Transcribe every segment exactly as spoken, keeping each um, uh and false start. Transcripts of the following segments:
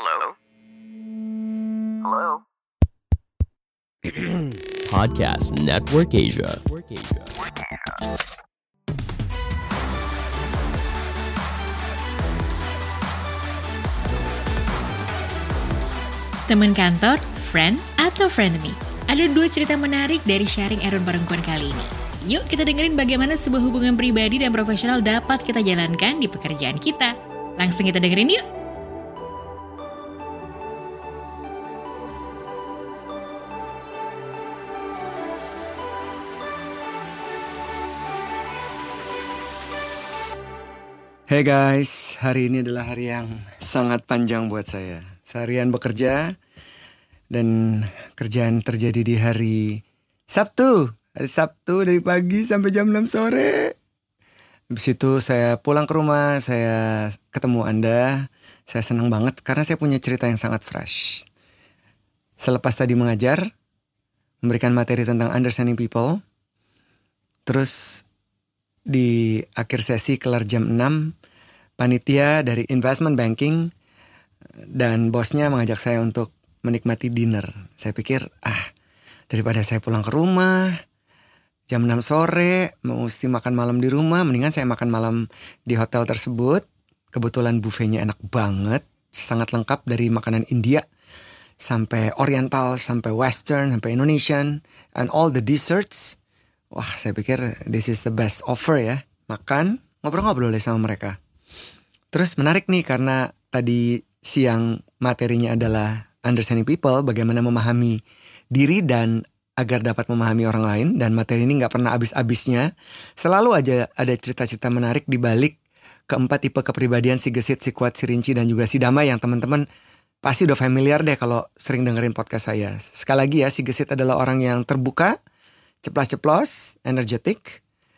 Hello? Hello? Podcast Network Asia. Teman kantor, friend, atau frenemy? Ada dua cerita menarik dari sharing Aaron Barengkuan kali ini. Yuk kita dengerin bagaimana sebuah hubungan pribadi dan profesional dapat kita jalankan di pekerjaan kita. Langsung kita dengerin yuk! Hey guys, hari ini adalah hari yang sangat panjang buat saya. Seharian bekerja dan kerjaan terjadi di hari Sabtu. Hari Sabtu dari pagi sampai jam enam sore. Habis itu saya pulang ke rumah, saya ketemu Anda. Saya senang banget karena saya punya cerita yang sangat fresh. Selepas tadi mengajar, memberikan materi tentang understanding people. Terus di akhir sesi kelar jam enam, panitia dari investment banking dan bosnya mengajak saya untuk menikmati dinner. Saya pikir, ah daripada saya pulang ke rumah jam enam sore, mesti makan malam di rumah, mendingan saya makan malam di hotel tersebut. Kebetulan buffetnya enak banget, sangat lengkap dari makanan India sampai Oriental, sampai Western, sampai Indonesian, and all the desserts. Wah, saya pikir this is the best offer ya. Makan, ngobrol-ngobrol deh sama mereka. Terus menarik nih karena tadi siang materinya adalah understanding people, bagaimana memahami diri dan agar dapat memahami orang lain. Dan materi ini gak pernah habis-habisnya. Selalu aja ada cerita-cerita menarik di balik keempat tipe kepribadian si gesit, si kuat, si rinci, dan juga si damai yang teman-teman pasti udah familiar deh kalau sering dengerin podcast saya. Sekali lagi ya, si gesit adalah orang yang terbuka, ceplas-ceplos, energetik,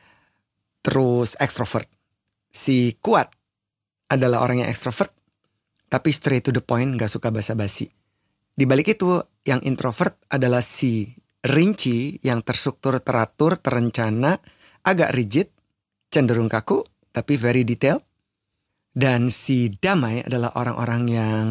terus ekstrovert. Si kuat adalah orang yang ekstrovert, tapi straight to the point, gak suka basa-basi. Di balik itu, yang introvert adalah si rinci yang terstruktur, teratur, terencana, agak rigid, cenderung kaku, tapi very detail. Dan si damai adalah orang-orang yang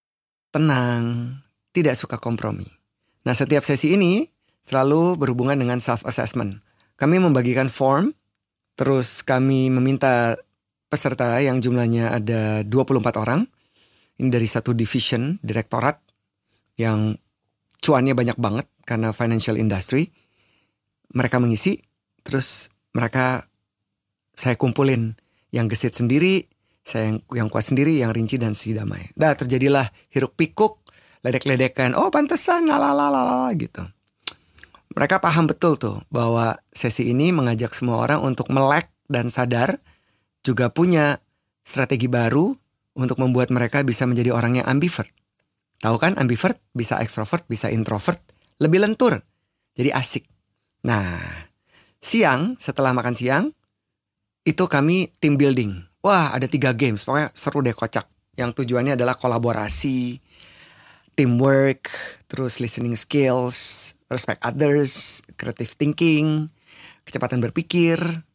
tenang, tidak suka kompromi. Nah, setiap sesi ini selalu berhubungan dengan self-assessment. Kami membagikan form, terus kami meminta peserta yang jumlahnya ada dua puluh empat orang. Ini dari satu division, direktorat, yang cuannya banyak banget karena financial industry. Mereka mengisi, terus mereka saya kumpulin. Yang gesit sendiri, saya yang, yang kuat sendiri, yang rinci dan si damai. Dah terjadilah hiruk pikuk, ledek-ledekan, oh pantesan, lalalala gitu. Mereka paham betul tuh bahwa sesi ini mengajak semua orang untuk melek dan sadar, juga punya strategi baru untuk membuat mereka bisa menjadi orang yang ambivert. Tahu kan ambivert bisa ekstrovert, bisa introvert, lebih lentur, jadi asik. Nah, siang setelah makan siang itu kami team building. Wah, ada tiga games, pokoknya seru deh, kocak. Yang tujuannya adalah kolaborasi, teamwork, terus listening skills, respect others, creative thinking, kecepatan berpikir,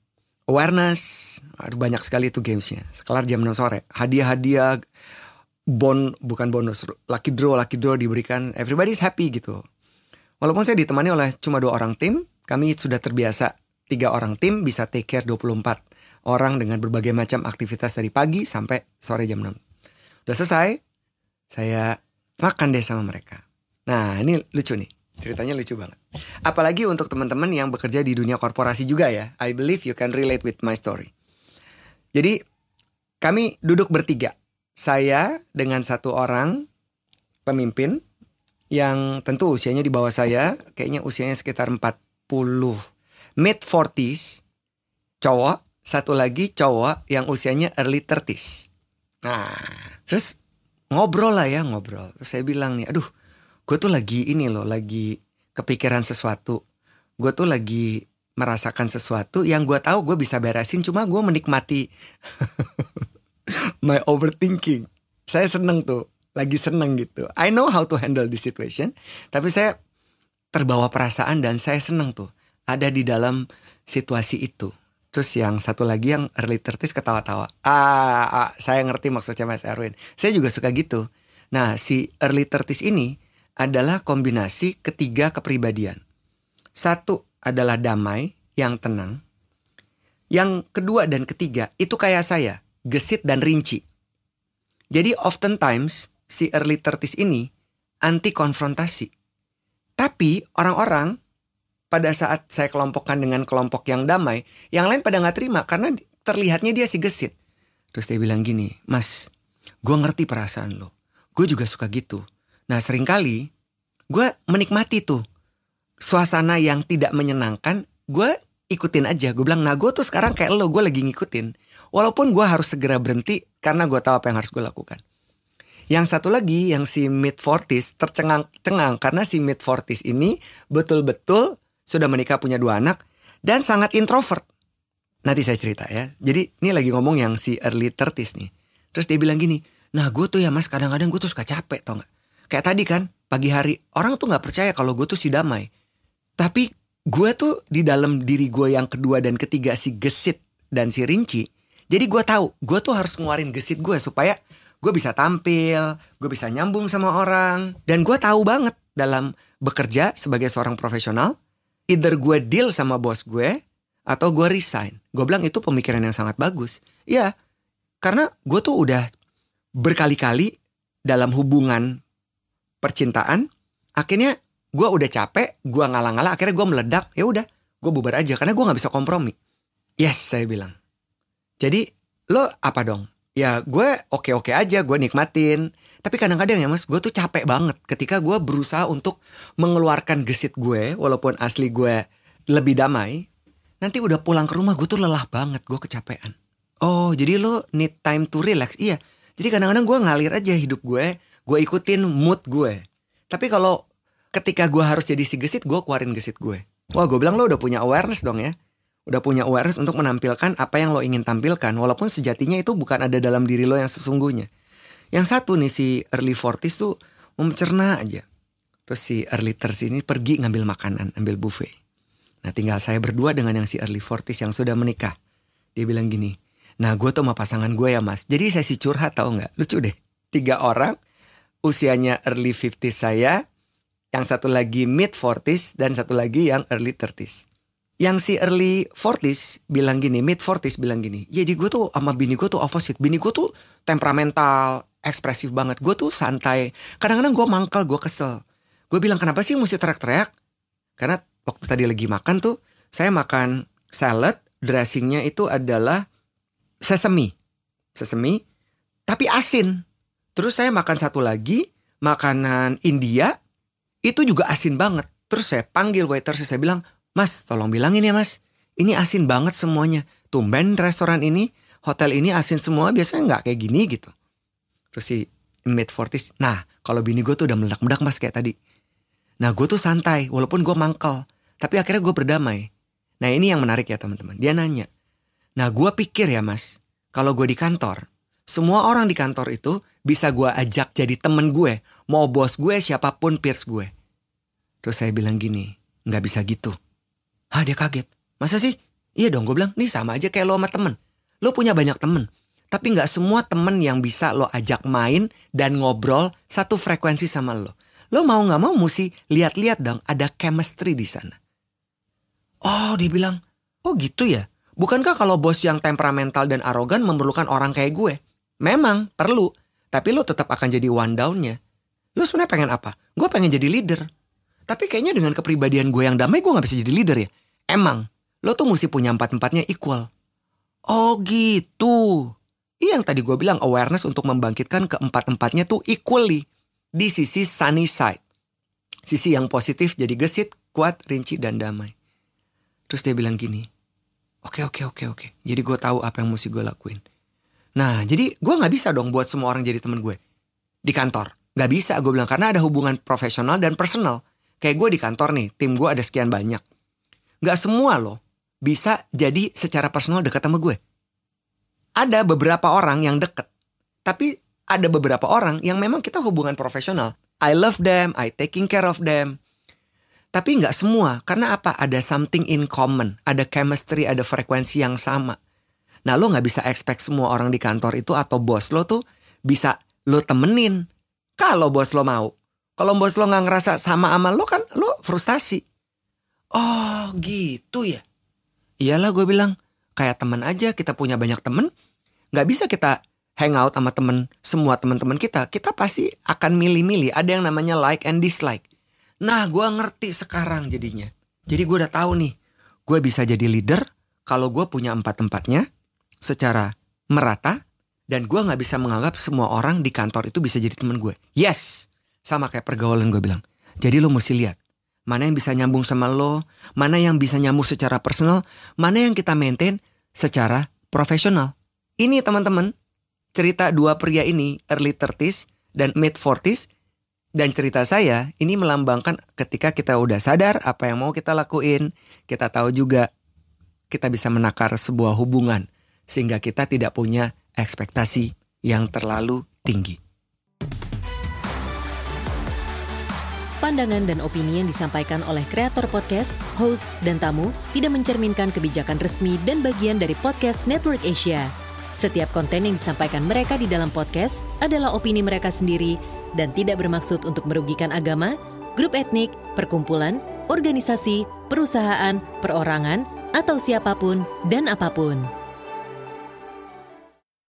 awareness. Aduh, banyak sekali itu gamesnya. Sekelar jam enam sore. Hadiah-hadiah, bon, bukan bonus, lucky draw, lucky draw diberikan. Everybody's happy gitu. Walaupun saya ditemani oleh cuma dua orang tim, kami sudah terbiasa tiga orang tim bisa take care dua puluh empat orang dengan berbagai macam aktivitas dari pagi sampai sore jam enam. Udah selesai, saya makan deh sama mereka. Nah, ini lucu nih. Ceritanya lucu banget. Apalagi untuk teman-teman yang bekerja di dunia korporasi juga ya. I believe you can relate with my story. Jadi kami duduk bertiga. Saya dengan satu orang pemimpin yang tentu usianya di bawah saya. Kayaknya usianya sekitar empat puluh. mid forties. Cowok. Satu lagi cowok yang usianya early thirties. Nah, terus ngobrol lah ya, ngobrol. Terus saya bilang nih, aduh, gue tuh lagi ini loh, lagi kepikiran sesuatu. Gue tuh lagi merasakan sesuatu yang gue tahu gue bisa beresin, cuma gue menikmati my overthinking. Saya seneng tuh, lagi seneng gitu. I know how to handle this situation, tapi saya terbawa perasaan dan saya seneng tuh ada di dalam situasi itu. Terus yang satu lagi yang early thirties ketawa-tawa. Ah, ah, saya ngerti maksudnya Mas Erwin. Saya juga suka gitu. Nah, si early thirties ini adalah kombinasi ketiga kepribadian. Satu adalah damai, yang tenang. Yang kedua dan ketiga itu kayak saya, gesit dan rinci. Jadi oftentimes si early thirties ini anti konfrontasi. Tapi orang-orang pada saat saya kelompokkan dengan kelompok yang damai, yang lain pada gak terima karena terlihatnya dia si gesit. Terus dia bilang gini, Mas, gue ngerti perasaan lo. Gue juga suka gitu. Nah seringkali gue menikmati tuh suasana yang tidak menyenangkan, gue ikutin aja. Gue bilang, nah gue tuh sekarang kayak lo, gue lagi ngikutin. Walaupun gue harus segera berhenti karena gue tahu apa yang harus gue lakukan. Yang satu lagi, yang si mid forties tercengang-cengang karena si mid forties ini betul-betul sudah menikah, punya dua anak, dan sangat introvert. Nanti saya cerita ya. Jadi ini lagi ngomong yang si early thirties nih. Terus dia bilang gini, nah gue tuh ya Mas kadang-kadang gue tuh suka capek tau gak. Kayak tadi kan, pagi hari orang tuh gak percaya kalau gue tuh si damai. Tapi gue tuh di dalam diri gue yang kedua dan ketiga, si gesit dan si rinci. Jadi gue tahu, gue tuh harus ngeluarin gesit gue supaya gue bisa tampil, gue bisa nyambung sama orang. Dan gue tahu banget dalam bekerja sebagai seorang profesional, either gue deal sama bos gue atau gue resign. Gue bilang itu pemikiran yang sangat bagus. Iya, karena gue tuh udah berkali-kali dalam hubungan percintaan, akhirnya gue udah capek, gue ngalah-ngalah, akhirnya gue meledak. Ya udah, gue bubar aja karena gue nggak bisa kompromi. Yes, saya bilang. Jadi lo apa dong? Ya gue oke-oke aja, gue nikmatin. Tapi kadang-kadang ya Mas, gue tuh capek banget ketika gue berusaha untuk mengeluarkan gesit gue, walaupun asli gue lebih damai. Nanti udah pulang ke rumah gue tuh lelah banget, gue kecapean. Oh jadi lo need time to relax? Iya. Jadi kadang-kadang gue ngalir aja hidup gue, gue ikutin mood gue. Tapi kalau ketika gue harus jadi si gesit, gue keluarin gesit gue. Wah gue bilang lo udah punya awareness dong ya. Udah punya awareness untuk menampilkan apa yang lo ingin tampilkan. Walaupun sejatinya itu bukan ada dalam diri lo yang sesungguhnya. Yang satu nih si early forties tuh mencerna aja. Terus si early thirties ini pergi ngambil makanan, ambil buffet. Nah tinggal saya berdua dengan yang si early forties yang sudah menikah. Dia bilang gini, nah gue tuh sama pasangan gue ya Mas. Jadi saya si curhat tau gak? Lucu deh. Tiga orang usianya early fifties saya, yang satu lagi mid forties dan satu lagi yang early thirties. Yang si early forties bilang gini, mid forties bilang gini, ya jadi gue tuh sama bini gue tuh opposite. Bini gue tuh temperamental, ekspresif banget. Gue tuh santai. Kadang-kadang gue mangkal, gue kesel. Gue bilang kenapa sih mesti teriak-teriak? Karena waktu tadi lagi makan tuh, saya makan salad, dressingnya itu adalah sesame. Sesame, tapi asin. Terus saya makan satu lagi, makanan India, itu juga asin banget. Terus saya panggil waiter, saya bilang, Mas, tolong bilangin ya Mas, ini asin banget semuanya. Tumben restoran ini, hotel ini asin semua, biasanya nggak kayak gini gitu. Terus si mid forties, nah kalau bini gue tuh udah meledak-meledak Mas kayak tadi. Nah gue tuh santai, walaupun gue mangkel. Tapi akhirnya gue berdamai. Nah ini yang menarik ya teman-teman. Dia nanya, nah gue pikir ya Mas, kalau gue di kantor, semua orang di kantor itu bisa gue ajak jadi temen gue. Mau bos gue, siapapun peers gue. Terus saya bilang gini, nggak bisa gitu. Hah dia kaget. Masa sih? Iya dong gue bilang, nih sama aja kayak lo sama temen. Lo punya banyak temen. Tapi gak semua temen yang bisa lo ajak main dan ngobrol satu frekuensi sama lo. Lo mau gak mau mesti lihat-lihat dong ada chemistry di sana. Oh dia bilang, oh gitu ya? Bukankah kalau bos yang temperamental dan arogan memerlukan orang kayak gue? Memang perlu. Tapi lo tetap akan jadi one down-nya. Lo sebenarnya pengen apa? Gue pengen jadi leader. Tapi kayaknya dengan kepribadian gue yang damai gue gak bisa jadi leader ya. Emang, lo tuh mesti punya empat-empatnya equal. Oh gitu. Iya yang tadi gue bilang awareness untuk membangkitkan keempat-empatnya tuh equally. Di sisi sunny side. Sisi yang positif jadi gesit, kuat, rinci, dan damai. Terus dia bilang gini. Oke, oke, oke, oke. Jadi gue tahu apa yang mesti gue lakuin. Nah, jadi gue gak bisa dong buat semua orang jadi temen gue. Di kantor. Gak bisa gue bilang karena ada hubungan profesional dan personal. Kayak gue di kantor nih, tim gue ada sekian banyak. Gak semua loh bisa jadi secara personal dekat sama gue. Ada beberapa orang yang deket. Tapi ada beberapa orang yang memang kita hubungan profesional. I love them, I taking care of them. Tapi gak semua, karena apa? Ada something in common. Ada chemistry, ada frekuensi yang sama. Nah lo gak bisa expect semua orang di kantor itu atau bos lo tuh bisa lo temenin. Kalau bos lo mau. Kalau bos lo gak ngerasa sama sama lo kan lo frustasi. Oh gitu ya. Iyalah gue bilang. Kayak teman aja, kita punya banyak temen. Gak bisa kita hangout sama temen, semua teman-teman kita. Kita pasti akan milih-milih. Ada yang namanya like and dislike. Nah gue ngerti sekarang jadinya. Jadi gue udah tahu nih. Gue bisa jadi leader kalau gue punya empat-empatnya secara merata. Dan gue gak bisa menganggap semua orang di kantor itu bisa jadi teman gue. Yes! Sama kayak pergaulan gue bilang. Jadi lo mesti lihat. Mana yang bisa nyambung sama lo. Mana yang bisa nyambung secara personal. Mana yang kita maintain secara profesional. Ini teman-teman. Cerita dua pria ini. Early thirties dan mid forties. Dan cerita saya ini melambangkan ketika kita udah sadar apa yang mau kita lakuin. Kita tahu juga kita bisa menakar sebuah hubungan. Sehingga kita tidak punya ekspektasi yang terlalu tinggi. Pandangan dan opini yang disampaikan oleh kreator podcast, host, dan tamu tidak mencerminkan kebijakan resmi dan bagian dari podcast Network Asia. Setiap konten yang disampaikan mereka di dalam podcast adalah opini mereka sendiri dan tidak bermaksud untuk merugikan agama, grup etnik, perkumpulan, organisasi, perusahaan, perorangan, atau siapapun dan apapun.